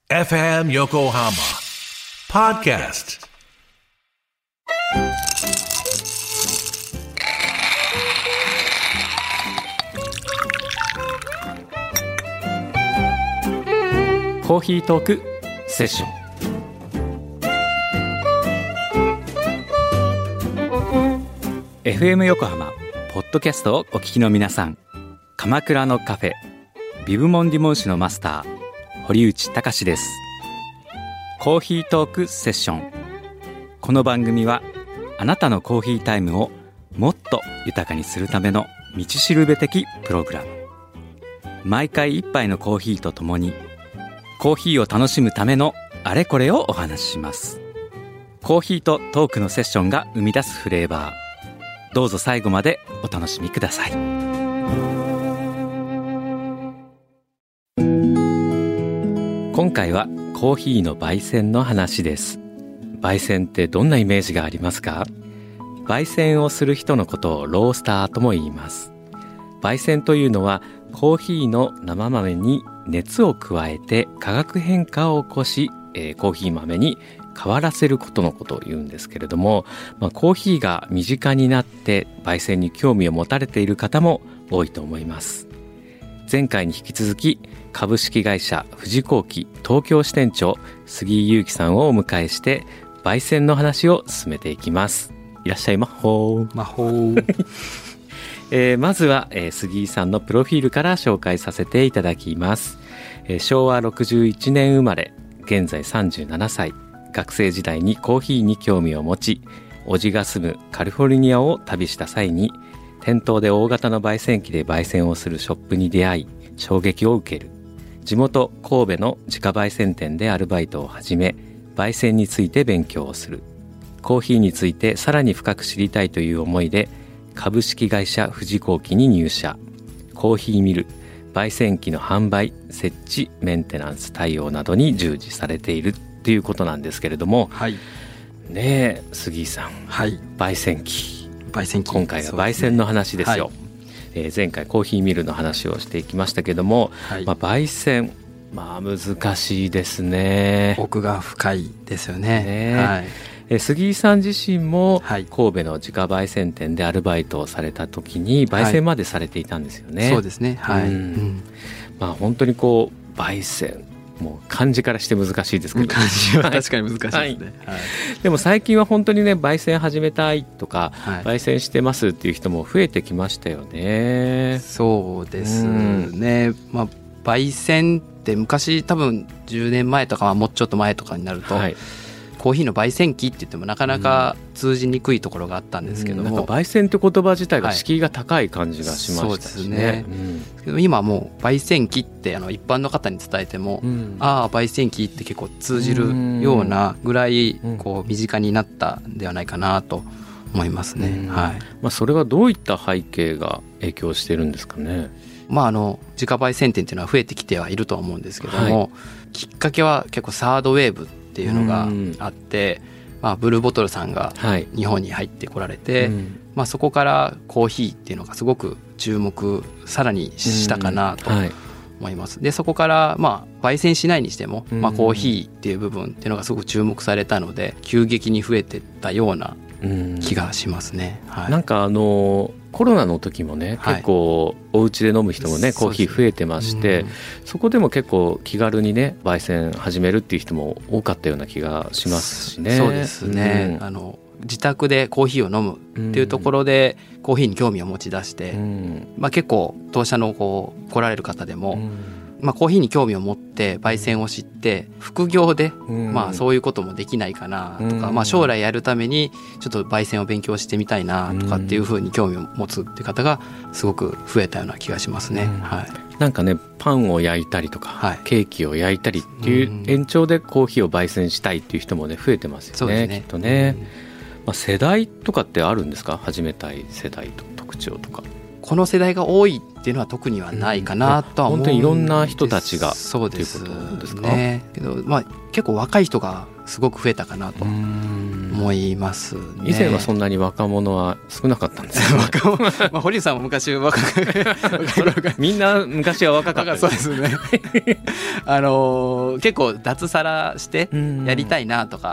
FM Yokohama Podcast コーヒートークセッション。FM 横浜ポッドキャストをお聞きの皆さん、鎌倉のカフェビブモンディモン酒のマスター堀内隆です。コーヒートークセッション。この番組はあなたのコーヒータイムをもっと豊かにするための道しるべ的プログラム。毎回一杯のコーヒーとともにコーヒーを楽しむためのあれこれをお話しします。コーヒーとトークのセッションが生み出すフレーバー、どうぞ最後までお楽しみください。今回はコーヒーの焙煎の話です。焙煎ってどんなイメージがありますか？焙煎をする人のことをロースターとも言います。焙煎というのはコーヒーの生豆に熱を加えて化学変化を起こし、コーヒー豆に変わらせることのことを言うんですけれども、コーヒーが身近になって焙煎に興味を持たれている方も多いと思います。前回に引き続き株式会社富士工機東京支店長杉井祐樹さんをお迎えして焙煎の話を進めていきます。いらっしゃいまほー。 まほー。 まずは、杉井さんのプロフィールから紹介させていただきます。昭和61年生まれ、現在37歳。学生時代にコーヒーに興味を持ち、叔父が住むカリフォルニアを旅した際に店頭で大型の焙煎機で焙煎をするショップに出会い、衝撃を受ける。地元神戸の自家焙煎店でアルバイトを始め、焙煎について勉強をする。コーヒーについてさらに深く知りたいという思いで株式会社富士工機に入社。コーヒーミル、焙煎機の販売、設置、メンテナンス対応などに従事されているということなんですけれども、 はい、 ねえ杉井さん、 はい、 焙煎機、今回が焙煎の話ですよ。前回コーヒーミルの話をしていきましたけども、焙煎、難しいですね。 奥が深いですよね。 杉井さん自身も神戸の自家焙煎店でアルバイトをされた時に焙煎までされていたんですよね。 そうですね。 本当にこう焙煎、もう漢字からして難しいですけど、 漢字は確かに難しいですね。 でも最近は本当にね、焙煎始めたいとか、焙煎してますっていう人も増えてきましたよね。 そうですね。焙煎って昔多分10年前とかもうちょっと前とかになると、コーヒーの焙煎機って言ってもなかなか通じにくいところがあったんですけども、 なんか焙煎って言葉自体が敷居が高い感じがしましたしね。 今もう焙煎機って一般の方に伝えても、焙煎機って結構通じるようなぐらいこう身近になったんではないかなと思いますね。 それはどういった背景が影響してるんですかね。 自家焙煎店っていうのは増えてきてはいるとは思うんですけども、きっかけは結構サードウェーブっていうのがあって、ブルーボトルさんが日本に入ってこられて、そこからコーヒーっていうのがすごく注目さらにしたかなと思います。でそこから焙煎しないにしても、コーヒーっていう部分っていうのがすごく注目されたので急激に増えていったような気がしますね。 なんかコロナの時もね、結構お家で飲む人もねコーヒー増えてまして、そこでも結構気軽にね焙煎始めるっていう人も多かったような気がしますしね。 そうですね。自宅でコーヒーを飲むっていうところでコーヒーに興味を持ち出して、結構当社の来られる方でも、コーヒーに興味を持って焙煎を知って副業で、そういうこともできないかなとか、将来やるためにちょっと焙煎を勉強してみたいなとかっていうふうに興味を持つっていう方がすごく増えたような気がしますね。 なんかね、パンを焼いたりとか、ケーキを焼いたりっていう延長でコーヒーを焙煎したいっていう人もね増えてますよね。きっとね。世代とかってあるんですか？始めたい世代と特徴とか。 この世代が多いっていうのは特にはないかなとは思うんです。 本当にいろんな人たちがそうですっていうことですか？ ね。けど結構若い人がすごく増えたかなと思いますね。 以前はそんなに若者は少なかったんですよ、 ね堀内さんも昔若いみんな昔は若かったです。 そうですね結構脱サラしてやりたいなとか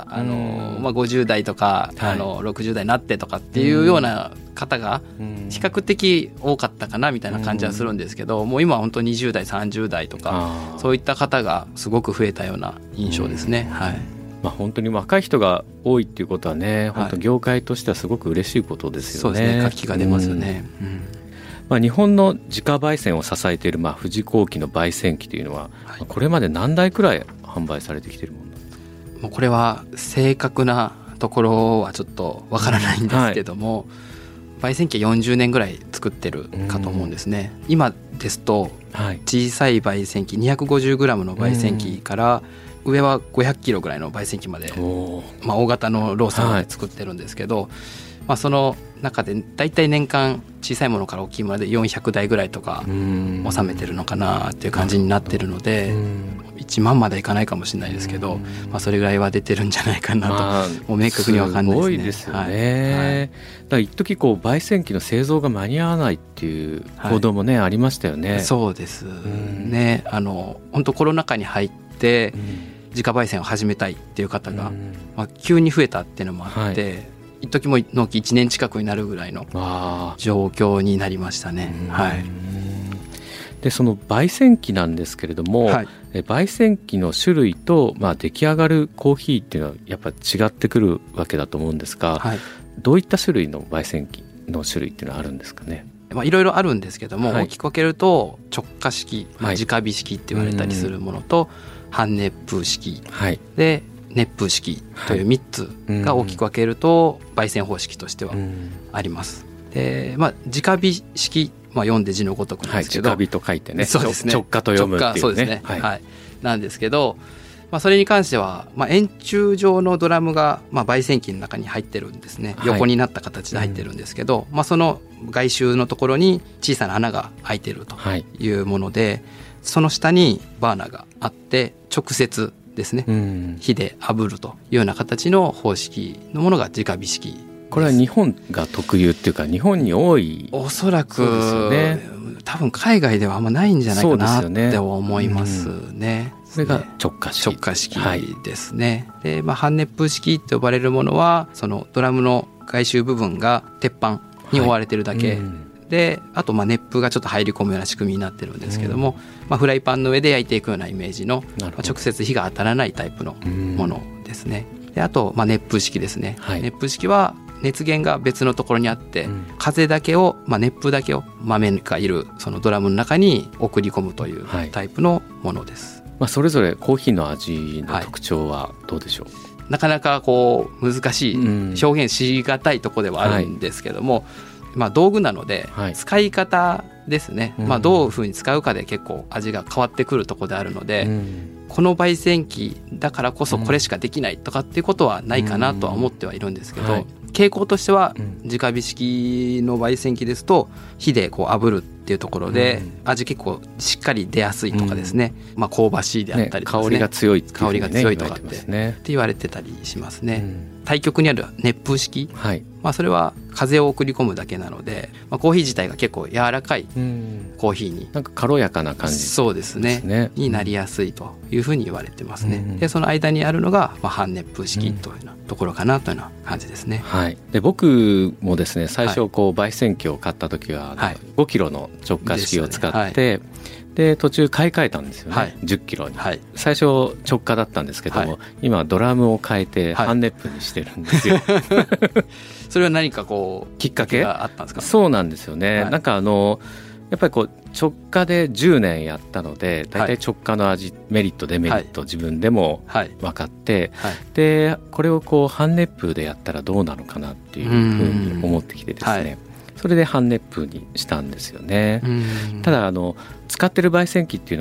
50代とか60代になってとかっていうような方が比較的多かったかなみたいな感じはするんですけど、もう今は本当に20代30代とかそういった方がすごく増えたような印象ですね。はい。 本当に若い人が多いっていうことはね、本当業界としてはすごく嬉しいことですよね。 そうですね、活気が出ますよね。 日本の自家焙煎を支えている富士工機の焙煎機というのは、これまで何台くらい販売されてきているものなんですか？ もうこれは正確なところはちょっとわからないんですけども、焙煎機は40年ぐらい作ってるかと思うんですね。今ですと小さい焙煎機 250g の焙煎機から上は500キロぐらいの焙煎機まで、大型のローサーまで作ってるんですけど、その中でだいたい年間小さいものから大きいもので400台ぐらいとか収めてるのかなっていう感じになってるので、1万までいかないかもしれないですけど、それぐらいは出てるんじゃないかなと、もう明確に分かんないですね。 すごいですよね。だから一時焙煎機の製造が間に合わないっていう報道もね、ありましたよね。 そうですね。本当コロナ禍に入って自家焙煎を始めたいっていう方が急に増えたっていうのもあって、一時も納期1年近くになるぐらいの状況になりましたね。 でその焙煎機なんですけれども、焙煎機の種類と、出来上がるコーヒーっていうのはやっぱ違ってくるわけだと思うんですが、どういった種類の焙煎機の種類っていうのはあるんですかね？ いろいろあるんですけども、大きく分けると直火式、直火式って言われたりするものと、半熱風式、で熱風式という3つが大きく分けると焙煎方式としてはあります。で、直火式、読んで字のごとくなんですけど、 直火と書いてね、 そうですね、 直火と読むっていうね。 そうですね、なんですけど、それに関しては、円柱状のドラムが、焙煎機の中に入ってるんですね。横になった形で入ってるんですけど、その外周のところに小さな穴が開いてるというもので、その下にバーナーがあって直接ですね、火で炙るというような形の方式のものが直火式です。 これは日本が特有っていうか、日本に多い、 おそらく、多分海外ではあんまないんじゃないかなって思いますね。 それが直火式。 直火式ですね。で、半熱風式と呼ばれるものは、そのドラムの外周部分が鉄板に覆われてるだけ、で、あと熱風がちょっと入り込むような仕組みになってるんですけども、フライパンの上で焼いていくようなイメージの、直接火が当たらないタイプのものですね。で、あと熱風式ですね。熱風式は熱源が別のところにあって、風だけを、熱風だけを豆がいるそのドラムの中に送り込むというタイプのものです。 それぞれコーヒーの味の特徴はどうでしょう？ なかなか難しい、表現しがたいところではあるんですけども、道具なので使い方ですね、どういうふうに使うかで結構味が変わってくるところであるので、この焙煎機だからこそこれしかできないとかっていうことはないかなとは思ってはいるんですけど、傾向としては直火式の焙煎機ですと火で炙るっていうところで味結構しっかり出やすいとかですね、香ばしいであったりとかですね、 香りが強いっていうふうにね、 香りが強いとかって言われてたりしますね。対極にある熱風式、それは風を送り込むだけなので、コーヒー自体が結構柔らかいコーヒーに、 なんか軽やかな感じ、 そうですね、になりやすいというふうに言われてますね。でその間にあるのが、半熱風式というようなところかなというような感じですね。 で僕もですね、最初焙煎機を買った時は5キロの直火式を使って、で途中買い替えたんですよね、10キロに、最初直火だったんですけども、今はドラムを変えて半熱風にしてるんですよ、 それは何かきっかけがあったんですか？ そうなんですよね、なんかやっぱり直火で10年やったので、だいたい直火の味、メリットデメリット自分でも分かって、でこれを半熱風でやったらどうなのかなっていうふうに思ってきてですね、それで半熱風にしたんですよね。ただ使ってる焙煎機っていうのが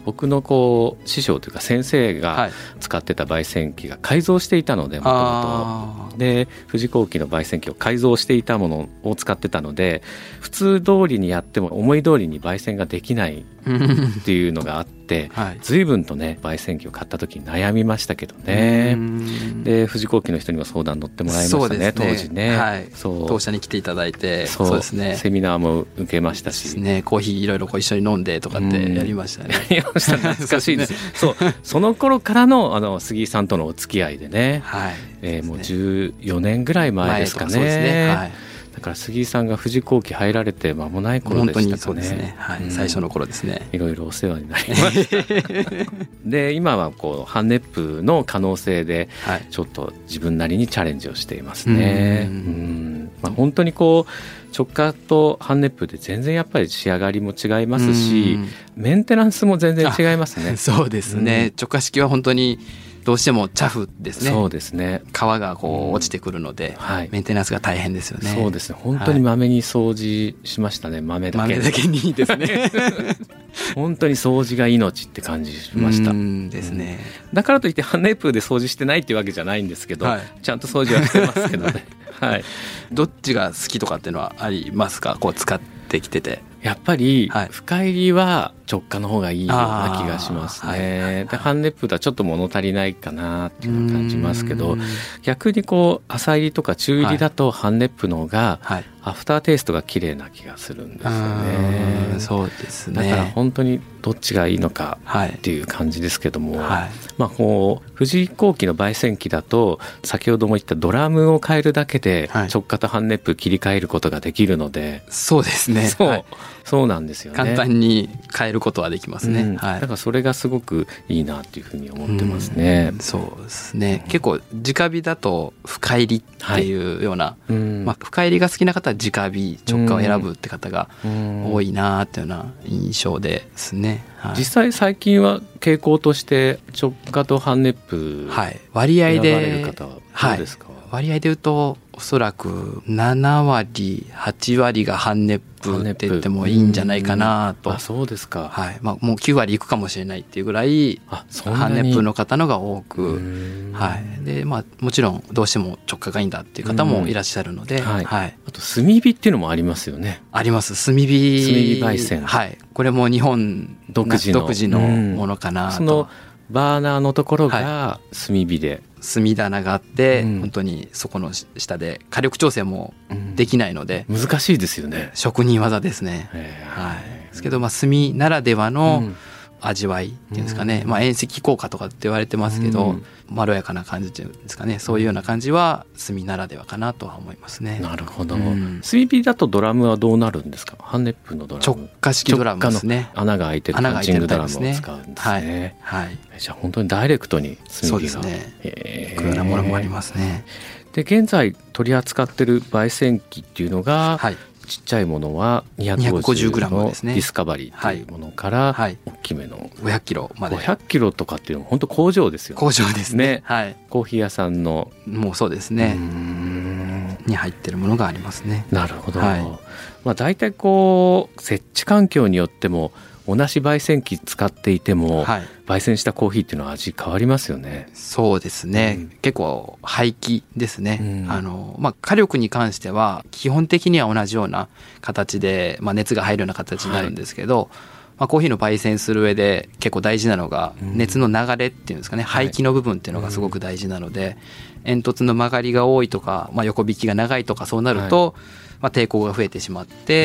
僕の師匠というか先生が使ってた焙煎機が改造していたので、もともとで富士工機の焙煎機を改造していたものを使ってたので、普通通りにやっても思い通りに焙煎ができないっていうのがあって、随分とね焙煎機を買った時に悩みましたけどね。で富士工機の人にも相談乗ってもらいましたね、当時ね、 そう当社に来ていただいて、 そうですね、セミナーも受けましたし、 コーヒーいろいろ一緒に飲んでとかってやりましたね。 やりました、懐かしいですよ。その頃からの杉井さんとのお付き合いでね、もう14年ぐらい前ですかね。だから杉井さんが富士工機入られて間もない頃でしたかね。 本当にそうですね、最初の頃ですね。 いろいろお世話になりましたで今はハンネップの可能性でちょっと自分なりにチャレンジをしていますね。本当に直下とハンネップで全然やっぱり仕上がりも違いますし、メンテナンスも全然違いますね。 そうですね、直下式は本当にどうしてもチャフですね。 そうですね。 皮が落ちてくるので、メンテナンスが大変ですよね。 そうですね。本当にまめに掃除しましたね。豆だけにですね。 本当に掃除が命って感じしました。 ですね。 だからといってハンネップで掃除してないっていうわけじゃないんですけど、ちゃんと掃除はしてますけどね。 どっちが好きとかっていうのはありますか？使ってきてて。 やっぱり深入りは直下の方がいいような気がしますね。でハンネップとはちょっと物足りないかなっていうのを感じますけど、逆に浅入りとか中入りだとハンネップの方がアフターテイストが綺麗な気がするんですよね。 そうですね。 だから本当にどっちがいいのかっていう感じですけども、富士工機の焙煎機だと先ほども言ったドラムを変えるだけで直下とハンネップ切り替えることができるので、 そうですね。 そうなんですよね。 簡単に変えることはできますね。 だからそれがすごくいいなっていうふうに思ってますね。 そうですね。結構直火だと深入りっていうような、深入りが好きな方は直火直下を選ぶって方が多いなっていうような印象ですね。 実際最近は傾向として直下とハンネップ割合で選ばれる方はどうですか？ 割合で言うとおそらく7割8割がハンネップって言ってもいいんじゃないかなと。 そうですか。 もう9割いくかもしれないっていうぐらいハンネップの方のが多く、でもちろんどうしても直下がいいんだっていう方もいらっしゃるので、 あと炭火っていうのもありますよね。 あります。炭火焙煎、 これも日本独自のものかなと。 そのバーナーのところが炭火で、 炭棚があって、本当にそこの下で火力調整もできないので、 難しいですよね。 職人技ですね。ですけど炭ならではの味わいっていうんですかね、遠赤効果とかって言われてますけど、まろやかな感じっていうんですかね、そういうような感じは炭ならではかなとは思いますね。 なるほど。炭火だとドラムはどうなるんですか？ハンネップのドラム、 直下式ドラムですね。 穴が開いてるパッチングドラムを使うんですね。じゃあ本当にダイレクトに炭火が。 そうですね。いろんなものもありますね。 で現在取り扱ってる焙煎機っていうのが、ちっちゃいものは250のディスカバリーというものから大きめの 500キロまで。 500キロとかっていうのは本当工場ですよね。 工場ですね。 コーヒー屋さんのもうそうですねに入ってるものがありますね。 なるほど。大体設置環境によっても同じ焙煎機使っていても、焙煎したコーヒーっていうのは味変わりますよね。 そうですね、結構廃棄ですね。火力に関しては基本的には同じような形で、熱が入るような形になるんですけど、コーヒーの焙煎する上で結構大事なのが熱の流れっていうんですかね、排気の部分っていうのがすごく大事なので、煙突の曲がりが多いとか、横引きが長いとかそうなると、抵抗が増えてしまって、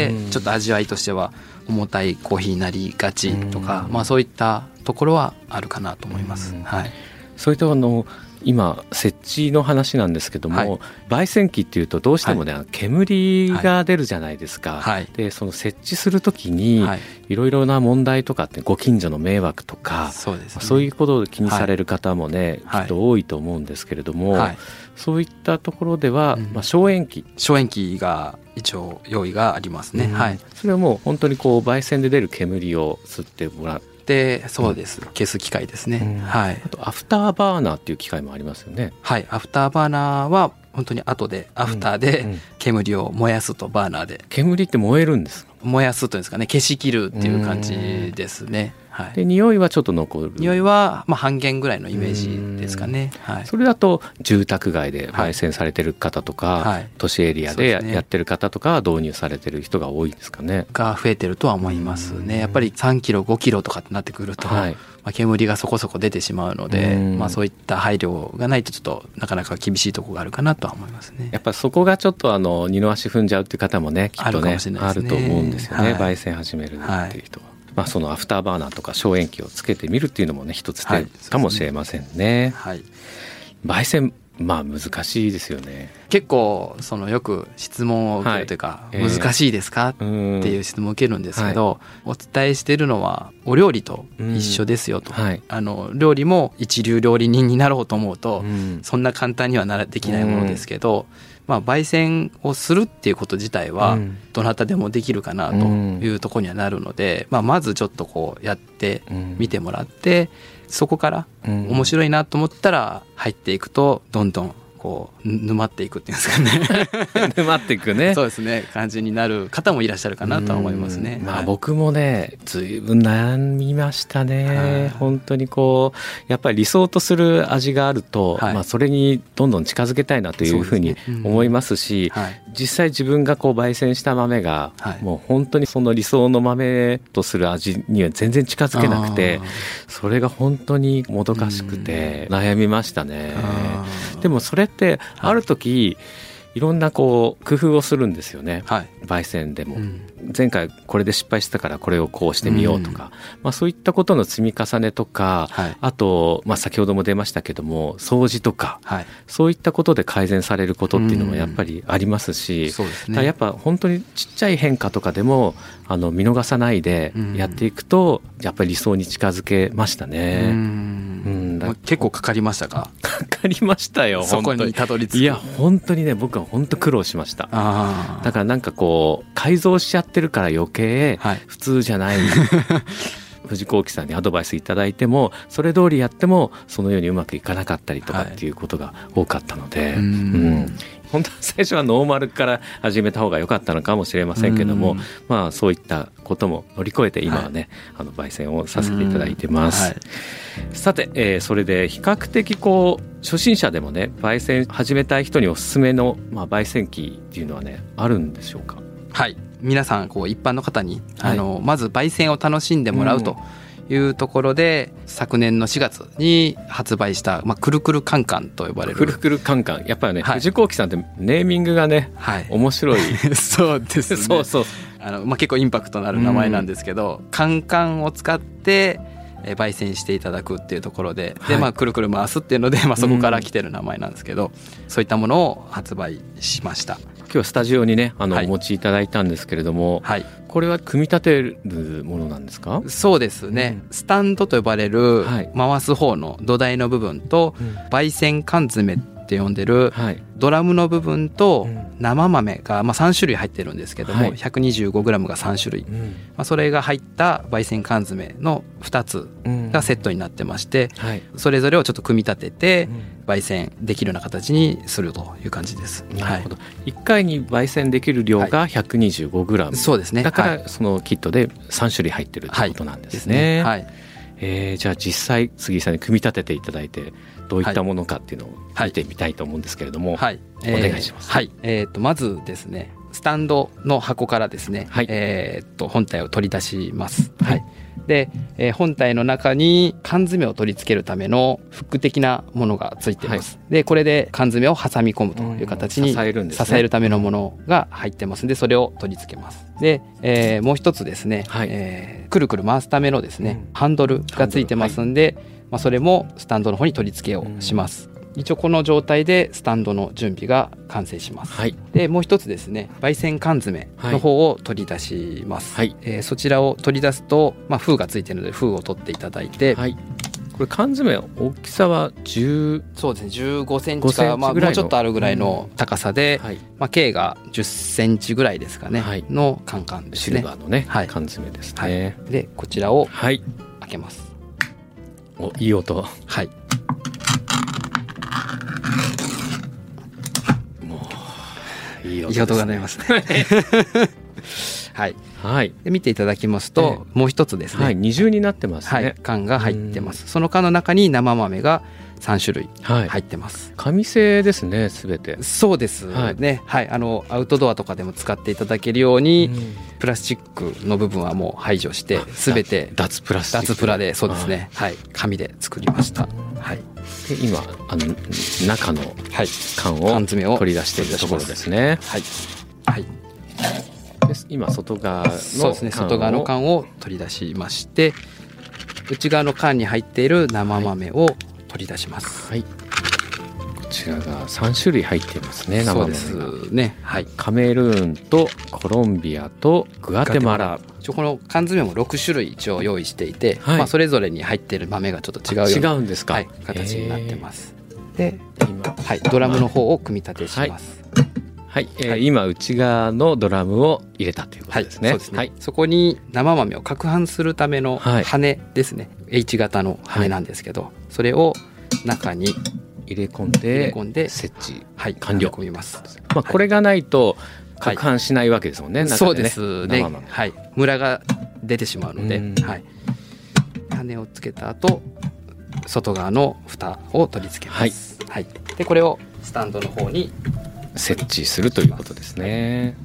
ちょっと味わいとしては重たいコーヒーになりがちとか、そういったところはあるかなと思います。 それと今設置の話なんですけども、焙煎機っていうとどうしてもね、煙が出るじゃないですか。でその設置するときにいろいろな問題とかってご近所の迷惑とか、そういうことを気にされる方もね、きっと多いと思うんですけれども、そういったところでは、消煙器が一応用意がありますね。 それはもう本当に焙煎で出る煙を吸ってもらって、 そうです、消す機械ですね。 あとアフターバーナーっていう機械もありますよね。 アフターバーナーは本当に後でアフターで煙を燃やすと、バーナーで煙って燃えるんですか？ 燃やすというんですかね、消し切るっていう感じですね。 はい、 で匂いはちょっと残る。 匂いはまあ半減ぐらいのイメージですかね。はい、 それだと住宅街で焙煎されてる方とか、はい、都市エリアでやってる方とか導入されてる人が多いんですかね。 が増えてるとは思いますね。やっぱり3キロ5キロとかってなってくると、はい、まあ、煙がそこそこ出てしまうので、まあ、そういった配慮がないとちょっとなかなか厳しいところがあるかなとは思いますね。 やっぱそこがちょっと二の足踏んじゃうっていう方もねきっとねあると思うんですよね、はい、焙煎始めるっていう人は、まあ、そのアフターバーナーとか消煙器をつけてみるっていうのもね一つ手かもしれませんね。はい、焙煎まあ難しいですよね。 結構よく質問を受けるというか、難しいですかっていう質問を受けるんですけど、お伝えしているのはお料理と一緒ですよと、はい、料理も一流料理人になろうと思うと、そんな簡単にはできないものですけど、まあ、焙煎をするっていうこと自体はどなたでもできるかなというところにはなるので、まあ、まずちょっとこうやってみてもらって、そこから面白いなと思ったら入っていくとどんどんこう沼っていくっていうんですかね沼っていくね。 そうですね、感じになる方もいらっしゃるかなとは思いますね。 まあ、僕もねずいぶん悩みましたね。本当にこうやっぱり理想とする味があると、まあ、それにどんどん近づけたいなというふうに思いますし、実際自分がこう焙煎した豆がもう本当にその理想の豆とする味には全然近づけなくて、それが本当にもどかしくて悩みましたね。でもそれってある時いろんなこう工夫をするんですよね、はい、焙煎でも、前回これで失敗したからこれをこうしてみようとか、まあ、そういったことの積み重ねとか、はい、あと、まあ、先ほども出ましたけども掃除とか、はい、そういったことで改善されることっていうのもやっぱりありますし、そうですね、やっぱ本当にちっちゃい変化とかでも見逃さないでやっていくとやっぱり理想に近づけましたね。 結構かかりましたか？ かかりましたよ。 そこにたどり着く。 いや本当にね僕は本当苦労しました。だからなんかこう改造しちゃってるから余計普通じゃない、藤子さんにアドバイスいただいてもそれ通りやってもそのようにうまくいかなかったりとかっていうことが多かったので、本当は最初はノーマルから始めた方が良かったのかもしれませんけども、まあそういったことも乗り越えて今はね、焙煎をさせていただいてます。さて、それで比較的こう初心者でもね焙煎始めたい人におすすめの、焙煎機っていうのはねあるんでしょうか？はい、 皆さんこう一般の方に、まず焙煎を楽しんでもらうというところで、昨年の4月に発売した、くるくるカンカンと呼ばれるくるくるカンカン、やっぱりね、藤子さんってネーミングがね、面白いそうですねそうそう結構インパクトのある名前なんですけど、カンカンを使って焙煎していただくっていうところで、くるくる回すっていうので、そこから来てる名前なんですけど、そういったものを発売しました。 今日はスタジオにねお持ちいただいたんですけれども、これは組み立てるものなんですか？ そうですね、スタンドと呼ばれる回す方の土台の部分と、焙煎缶詰って呼んでるドラムの部分と生豆が3種類入ってるんですけども、125g が3種類、それが入った焙煎缶詰の2つがセットになってまして、それぞれをちょっと組み立てて焙煎できるような形にするという感じです。 なるほど、1回に焙煎できる量が 125g、 そうですね、 だからそのキットで3種類入ってるということなんですね。じゃあ実際杉井さんに組み立てていただいてどういったものかっていうのを見てみたいと思うんですけれども、お願いします。 まずですね、スタンドの箱からですね、本体を取り出します。で、本体の中に缶詰を取り付けるためのフック的なものがついています。でこれで缶詰を挟み込むという形に支えるためのものが入ってますので、それを取り付けます。で、もう一つですね、くるくる回すためのですね、ハンドルがついてますんで、それもスタンドの方に取り付けをします。一応この状態でスタンドの準備が完成します。でもう一つですね、焙煎缶詰の方を取り出します。そちらを取り出すと、封がついているので封を取っていただいて、 これ缶詰大きさはそうですね、15センチか、もうちょっとあるぐらいの高さで、径が10センチぐらいですかね、のカンカンですね。 シルバーのね、缶詰ですね。 でこちらを開けます。 いい音。 いい音が鳴りますね。 はい、 で見ていただきますと、もう一つですね、 二重になってますね、 缶が入ってます。その缶の中に生豆が3種類入ってます。 紙製ですね、すべて。 そうですね、アウトドアとかでも使っていただけるように、プラスチックの部分はもう排除してすべて脱プラスチック、 脱プラで、そうですね、紙で作りました。 で今中の缶を取り出しているところですね。今外側の缶を取り出しまして、内側の缶に入っている生豆を取り出します。こちらが3種類入っていますね、生豆が。 そうですね、 カメルーンとコロンビアとグアテマラ。 この缶詰も6種類一応用意していて、それぞれに入っている豆がちょっと違うような、 違うんですか、 形になってます。で今、ドラムの方を組み立てします。 今内側のドラムを入れたということですね。 そこに生豆を攪拌するための羽ですね、H 型の羽なんですけど、それを中に入れ込んで設置完了。 込みます。 これがないと攪拌しないわけですもんね。 そうですね、ムラが出てしまうので、羽をつけた後、外側の蓋を取り付けます。でこれをスタンドの方に設置するということですね。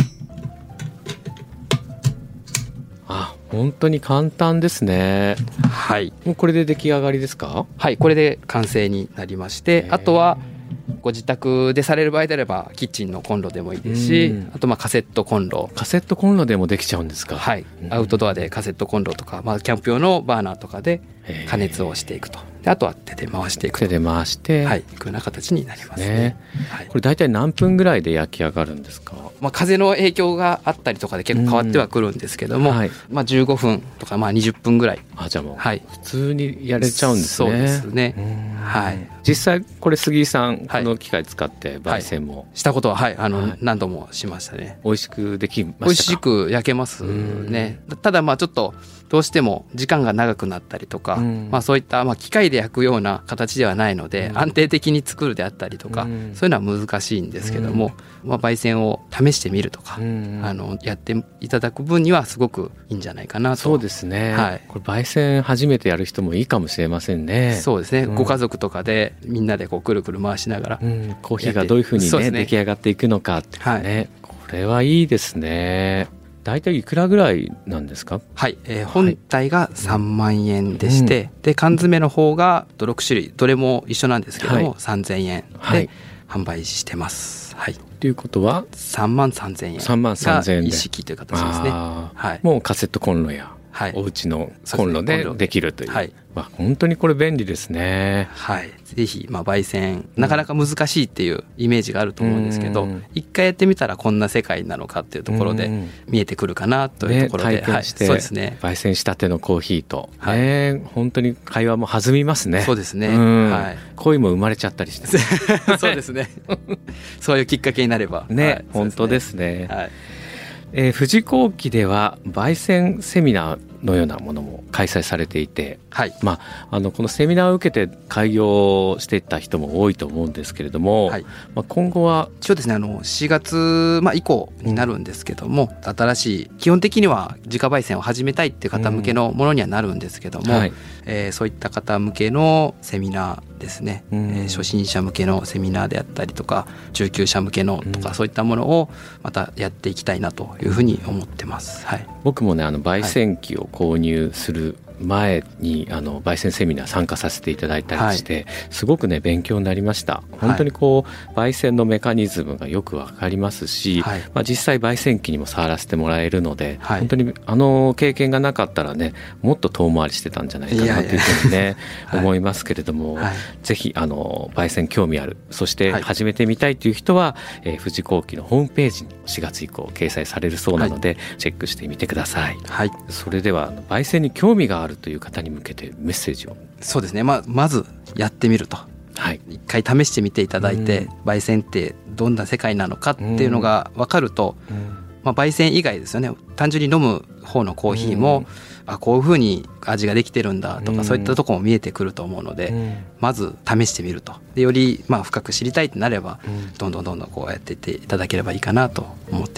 本当に簡単ですね。もうこれで出来上がりですか？ これで完成になりまして、あとはご自宅でされる場合であればキッチンのコンロでもいいですし、あとカセットコンロでもできちゃうんですか？ アウトドアでカセットコンロとか、キャンプ用のバーナーとかで加熱をしていくと。であとは手で回していくと。いくような形になりますね。 これ大体何分ぐらいで焼き上がるんですか？ 風の影響があったりとかで結構変わってはくるんですけども、15分とか20分ぐらい。 じゃあもう普通にやれちゃうんですね。 そうですね。 実際これ杉井さん、この機械使って焙煎もしたことは何度もしましたね。 美味しくできましたか？ 美味しく焼けますね。ただちょっとどうしても時間が長くなったりとか、そういった機械で焼くような形ではないので、安定的に作るであったりとか、そういうのは難しいんですけども、焙煎を試してみるとか、やっていただく分にはすごくいいんじゃないかなと。 そうですね、これ焙煎初めてやる人もいいかもしれませんね。 そうですね、ご家族とかでみんなでくるくる回しながら、 コーヒーがどういうふうに出来上がっていくのかってね、これはいいですね。大体いくらぐらいなんですか？ 本体が3万円でして、で缶詰の方が6種類どれも一緒なんですけども、3000円で販売してます。 ということは 3万3000円が一式という形ですね。 もうカセットコンロやお家のコンロでできるという、本当にこれ便利ですね。ぜひ焙煎なかなか難しいっていうイメージがあると思うんですけど、一回やってみたらこんな世界なのかっていうところで見えてくるかなというところで、体験して焙煎したてのコーヒーと本当に会話も弾みますね。 そうですね、 恋も生まれちゃったりしてそうですねそういうきっかけになれば本当ですね。富士工機では焙煎セミナーのようなものも開催されていて、このセミナーを受けて開業していった人も多いと思うんですけれども、今後は一応ですね、4月以降になるんですけども、新しい基本的には自家焙煎を始めたいっていう方向けのものにはなるんですけども、そういった方向けのセミナーですね、初心者向けのセミナーであったりとか中級者向けのとか、そういったものをまたやっていきたいなというふうに思ってます。 僕もね焙煎機を購入する前に焙煎セミナー参加させていただいたりして、すごくね勉強になりました。本当に焙煎のメカニズムがよくわかりますし、実際焙煎機にも触らせてもらえるので、本当に経験がなかったらねもっと遠回りしてたんじゃないかなというふうにね思いますけれども、ぜひ焙煎興味ある、そして始めてみたいという人は、富士工機のホームページに4月以降掲載されるそうなので、チェックしてみてください。それでは焙煎に興味があるという方に向けてメッセージを。 そうですね、まずやってみると、一回試してみていただいて、焙煎ってどんな世界なのかっていうのが分かると、焙煎以外ですよね、単純に飲む方のコーヒーも、こういうふうに味ができてるんだとか、そういったところも見えてくると思うので、まず試してみると。でより深く知りたいってなれば、どんどんこうやっていっていただければいいかなと思って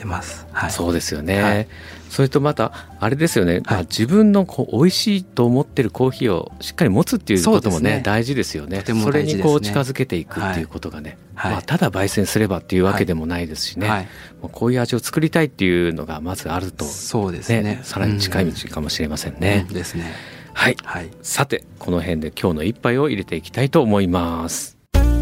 てます。 そうですよね。それとまたあれですよね、自分の美味しいと思ってるコーヒーをしっかり持つっていうこともね、大事ですよね。それに近づけていくっていうことがね、ただ焙煎すればっていうわけでもないですしね、こういう味を作りたいっていうのがまずあると、 そうですね、 さらに近い道かもしれませんね。 ですね。 はい、さてこの辺で今日の一杯を入れていきたいと思います。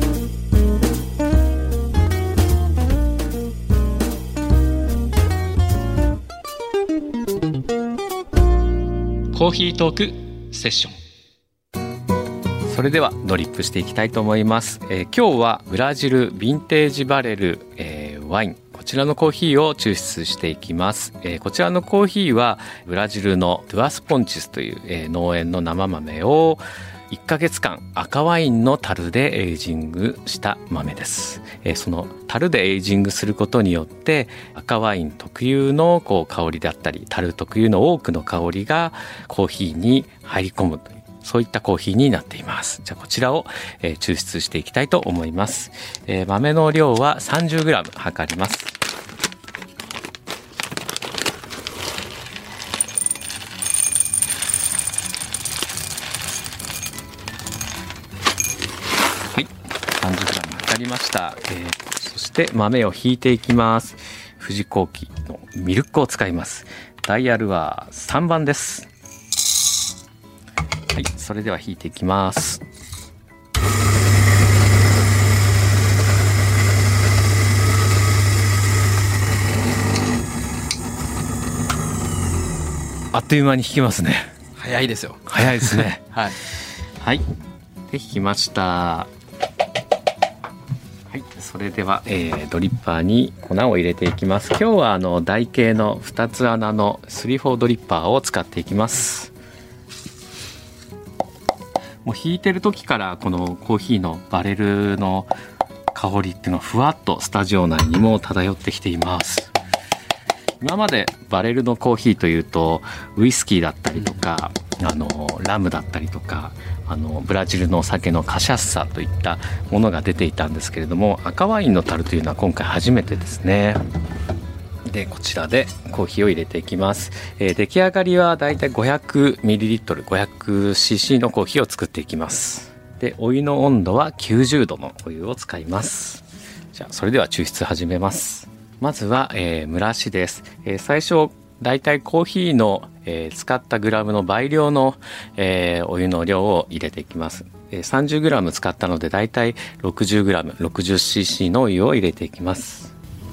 コーヒートークセッション。それではドリップしていきたいと思います。今日はブラジルヴィンテージバレル、ワイン、こちらのコーヒーを抽出していきます。こちらのコーヒーはブラジルのドゥアスポンチスという、農園の生豆を1ヶ月間赤ワインの樽でエイジングした豆です。その樽でエイジングすることによって赤ワイン特有の香りだったり、樽特有の多くの香りがコーヒーに入り込むという、そういったコーヒーになっています。じゃあこちらを、抽出していきたいと思います。豆の量は 30g 測ります。りました。そして豆をひいていきます。富士工機のミルクを使います。ダイヤルは3番です。はい、それではひいていきます。あっという間にひきますね。 早いですよ。 早いですね。 はい、 はい、でひきました。はい、それでは、ドリッパーに粉を入れていきます。今日は台形の2つ穴の3-4ドリッパーを使っていきます。もう引いてる時からこのコーヒーのバレルの香りっていうのはふわっとスタジオ内にも漂ってきています。今までバレルのコーヒーというとウイスキーだったりとか、ラムだったりとか、ブラジルのお酒のカシャッサといったものが出ていたんですけれども、赤ワインの樽というのは今回初めてですね。でこちらでコーヒーを入れていきます。出来上がりはだいたい 500ml、500cc のコーヒーを作っていきます。でお湯の温度は90度のお湯を使います。じゃあそれでは抽出始めます。まずは、蒸らしです。最初だいたいコーヒーの、使ったグラムの倍量の、お湯の量を入れていきます。30g 使ったのでだいたい 60g、60cc のお湯を入れていきます。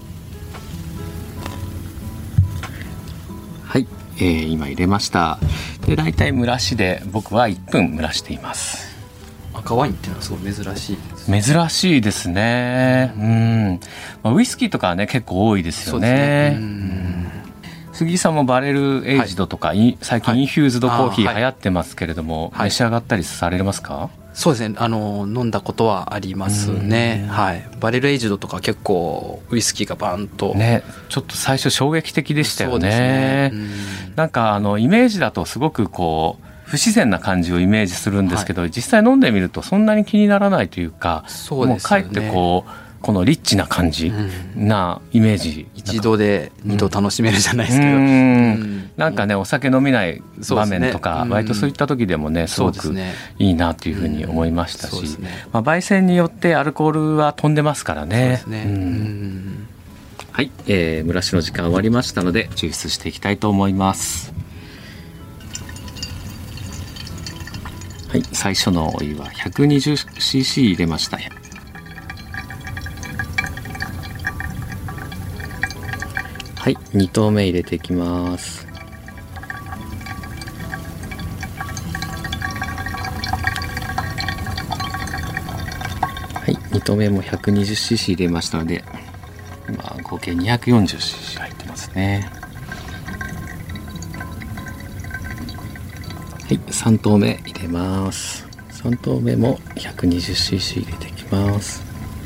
はい、今入れました。でだいたい蒸らしで僕は1分蒸らしています。 赤ワインっていうのはすごい珍しいですね。珍しいですね。ウイスキーとかはね結構多いですよね。杉井さんもバレルエイジドとか、最近インフューズドコーヒー流行ってますけれども、召し上がったりされますか？ そうですね、飲んだことはありますね。バレルエイジドとか結構ウイスキーがバンとね、ちょっと最初衝撃的でしたよね。なんかイメージだとすごく不自然な感じをイメージするんですけど、実際飲んでみるとそんなに気にならないというか、 そうですよね、 もうかえってこのリッチな感じなイメージ、 一度で二度楽しめるじゃないですけど、 なんかねお酒飲めない場面とか、割とそういった時でもねすごくいいなというふうに思いましたし、焙煎によってアルコールは飛んでますからね。はい、蒸らしの時間終わりましたので抽出していきたいと思います。はい、最初のお湯は 120cc 入れました。はい、2投目入れていきます。はい、2投目も 120cc 入れましたので、今合計 240cc 入ってますね。はい、3投目入れます。3投目も 120cc 入れていきます。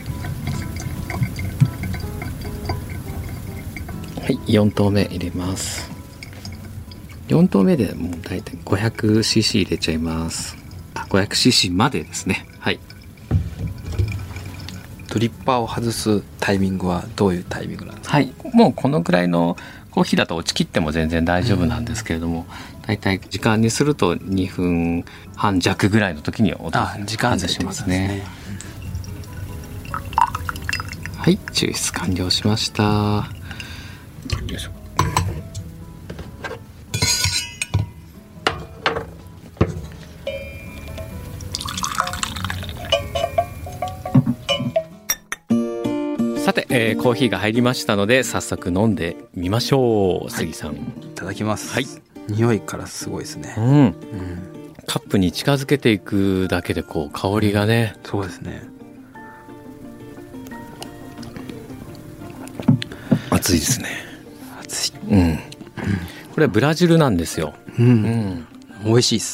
はい、4投目入れます。4投目でもう大体 500cc 入れちゃいます。500cc までですね。はい。 ドリッパーを外すタイミングはどういうタイミングなんですか？ はい、もうこのくらいのコーヒーだと落ちきっても全然大丈夫なんですけれども、だいたい時間にすると2分半弱ぐらいの時に外しますね。はい、抽出完了しました。よいしょ。さて、コーヒーが入りましたので早速飲んでみましょう。杉さん、 いただきます。 はい、 匂いからすごいですね。 カップに近づけていくだけでこう香りがね、 そうですね。 熱いですね。 熱い。 これはブラジルなんですよ。 美味しいです。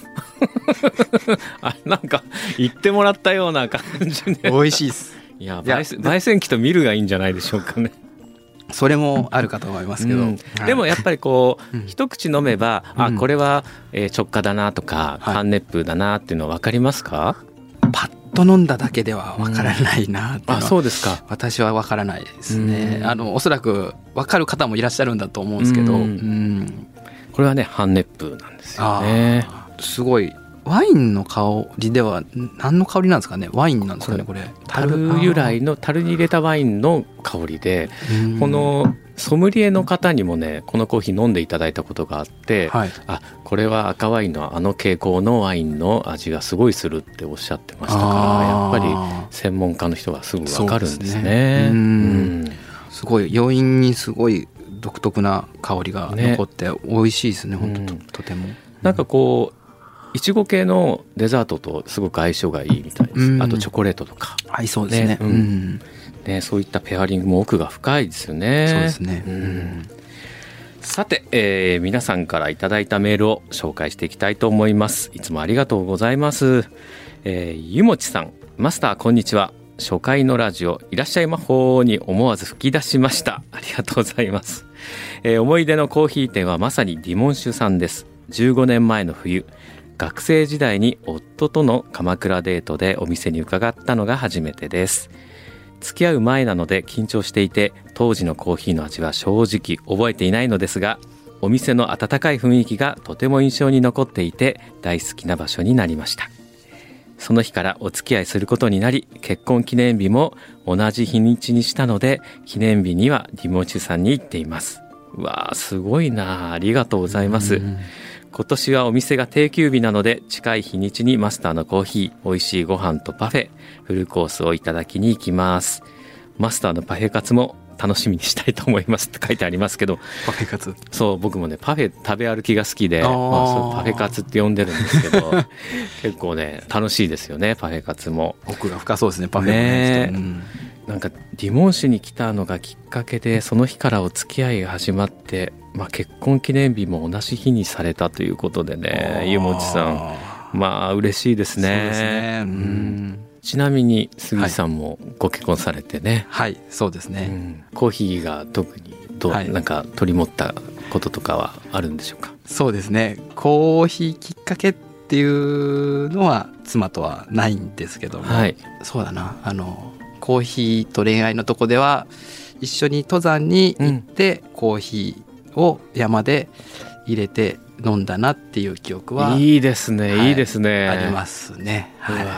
なんか言ってもらったような感じで美味しいです。 いや、焙煎機と見るがいいんじゃないでしょうかね。 それもあるかと思いますけど、 でもやっぱりこう、一口飲めば、これは直火だなとか半熱風だなっていうのは分かりますか？ パッと飲んだだけでは分からないなっていうのは、 そうですか。 私は分からないですね。おそらく分かる方もいらっしゃるんだと思うんですけど、 これはね半熱風なんですよね。 すごい。ワインの香りでは何の香りなんですかね？ワインなんですかね？これ樽由来の樽に入れたワインの香りで、このソムリエの方にもねこのコーヒー飲んでいただいたことがあって、これは赤ワインの傾向のワインの味がすごいするっておっしゃってましたから、やっぱり専門家の人はすぐ分かるんですね。 すごい余韻にすごい独特な香りが残って美味しいですね。本当とてもなんかこういちご系のデザートとすごく相性がいいみたいです。あとチョコレートとか合いそうですね。 そういったペアリングも奥が深いですよね。 そうですね。 さて、皆さんからいただいたメールを紹介していきたいと思います。いつもありがとうございます。ゆもちさん、マスターこんにちは。初回のラジオいらっしゃいまほーに思わず吹き出しました。ありがとうございます。思い出のコーヒー店はまさにディモンシュさんです。15年前の冬、学生時代に夫との鎌倉デートでお店に伺ったのが初めてです。付き合う前なので緊張していて、当時のコーヒーの味は正直覚えていないのですが、お店の温かい雰囲気がとても印象に残っていて大好きな場所になりました。その日からお付き合いすることになり、結婚記念日も同じ日にちにしたので、記念日にはディモンシュさんに行っています。うわー、すごいな。ありがとうございます。今年はお店が定休日なので、近い日にちにマスターのコーヒー、美味しいご飯とパフェ、フルコースをいただきに行きます。マスターのパフェカツも楽しみにしたいと思いますって書いてありますけど、 パフェカツ、 そう、僕もねパフェ食べ歩きが好きで、そうパフェカツって呼んでるんですけど結構ね楽しいですよね。パフェカツも奥が深そうですね。パフェね、 なんかディモンシュに来たのがきっかけで、その日からお付き合いが始まって、結婚記念日も同じ日にされたということでね、ゆもちさん、嬉しいですね。そうですね。ちなみに杉さんもご結婚されてね。 はい、そうですね。 コーヒーが特になんか取り持ったこととかはあるんでしょうか？ そうですね。コーヒーきっかけっていうのは妻とはないんですけども、そうだな、コーヒーと恋愛のとこでは一緒に登山に行って、コーヒーを山で入れて飲んだなっていう記憶はいいですね、いいですね、 ありますね。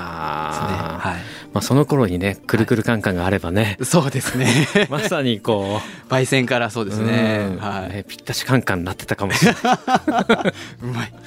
その頃にねくるくるカンカンがあればね、 そうですねまさにこう焙煎からそうですね、 ぴったしカンカンになってたかもしれないうまい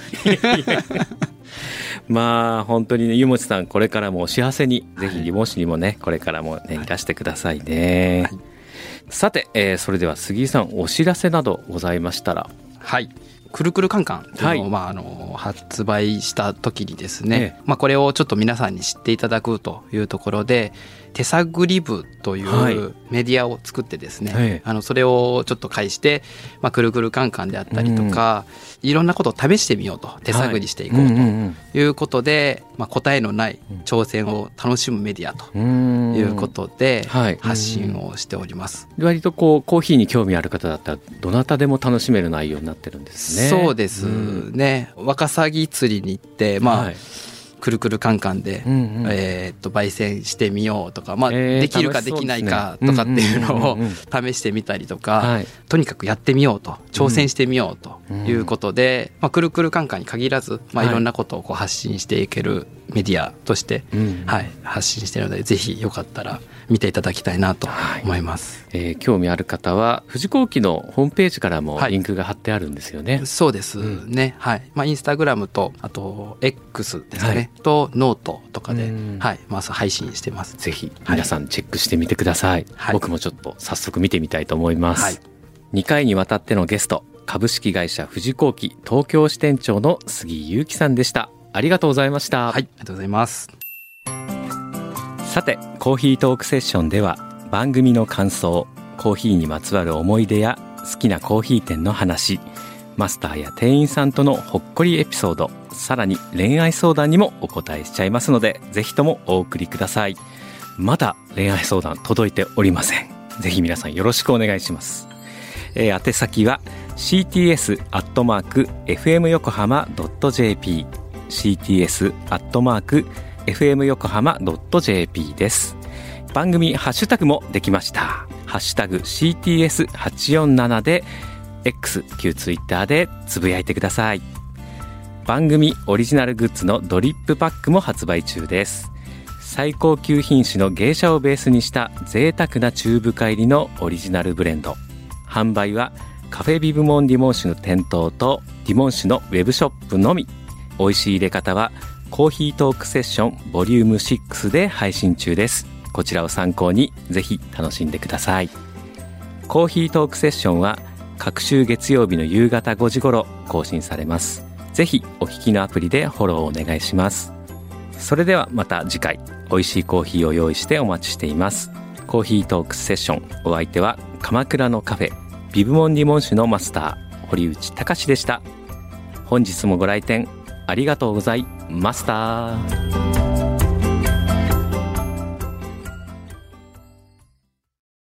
本当にね、ゆもちさんこれからもお幸せに、ぜひリモシにもねこれからもねいらしてくださいね。さて、それでは杉井さん、お知らせなどございましたら。 はい、くるくるカンカンっていうのを、発売した時にですね、これをちょっと皆さんに知っていただくというところで、手探り部というメディアを作ってですね、それをちょっと介して、くるくるカンカンであったりとか、いろんなことを試してみようと、手探りしていこうということで、答えのない挑戦を楽しむメディアということで発信をしております。 割とコーヒーに興味ある方だったらどなたでも楽しめる内容になってるんですね。 そうですね。ワカサギ釣りに行って、 くるくるカンカンで、焙煎してみようとか、できるかできないかとかっていうのを試してみたりとか、とにかくやってみようと、挑戦してみようということで、くるくるカンカンに限らず、いろんなことをこう発信していけるメディアとして、発信しているので、ぜひよかったら見ていただきたいなと思います。 興味ある方は富士工機のホームページからもリンクが貼ってあるんですよね。 そうですね。インスタグラムとあと X ですかね、とノートとかで、配信してます。 ぜひ皆さんチェックしてみてください。僕もちょっと早速見てみたいと思います。2回にわたってのゲスト、株式会社富士工機東京支店長の杉祐樹さんでした。ありがとうございました。 ありがとうございます。 さて、コーヒートークセッションでは番組の感想、コーヒーにまつわる思い出や好きなコーヒー店の話、マスターや店員さんとのほっこりエピソード、さらに恋愛相談にもお答えしちゃいますので、ぜひともお送りください。まだ恋愛相談届いておりません。ぜひ皆さんよろしくお願いします。宛先は cts@fmyokohama.jp cts@fmyokohama.jp です。番組ハッシュタグもできました。ハッシュタグ CTS847 で X 旧ツイッターでつぶやいてください。番組オリジナルグッズのドリップパックも発売中です。最高級品種の芸者をベースにした贅沢な中深入りのオリジナルブレンド。販売はカフェビブモンディモン酒の店頭とディモン酒のウェブショップのみ。美味しい入れ方はコーヒートークセッションボリューム6で配信中です。こちらを参考にぜひ楽しんでください。コーヒートークセッションは各週月曜日の夕方5時頃更新されます。ぜひお聞きのアプリでフォローお願いします。それではまた次回、美味しいコーヒーを用意してお待ちしています。コーヒートークセッション、お相手は鎌倉のカフェビブモンディモン酒のマスター堀内隆でした。本日もご来店ありがとうございました。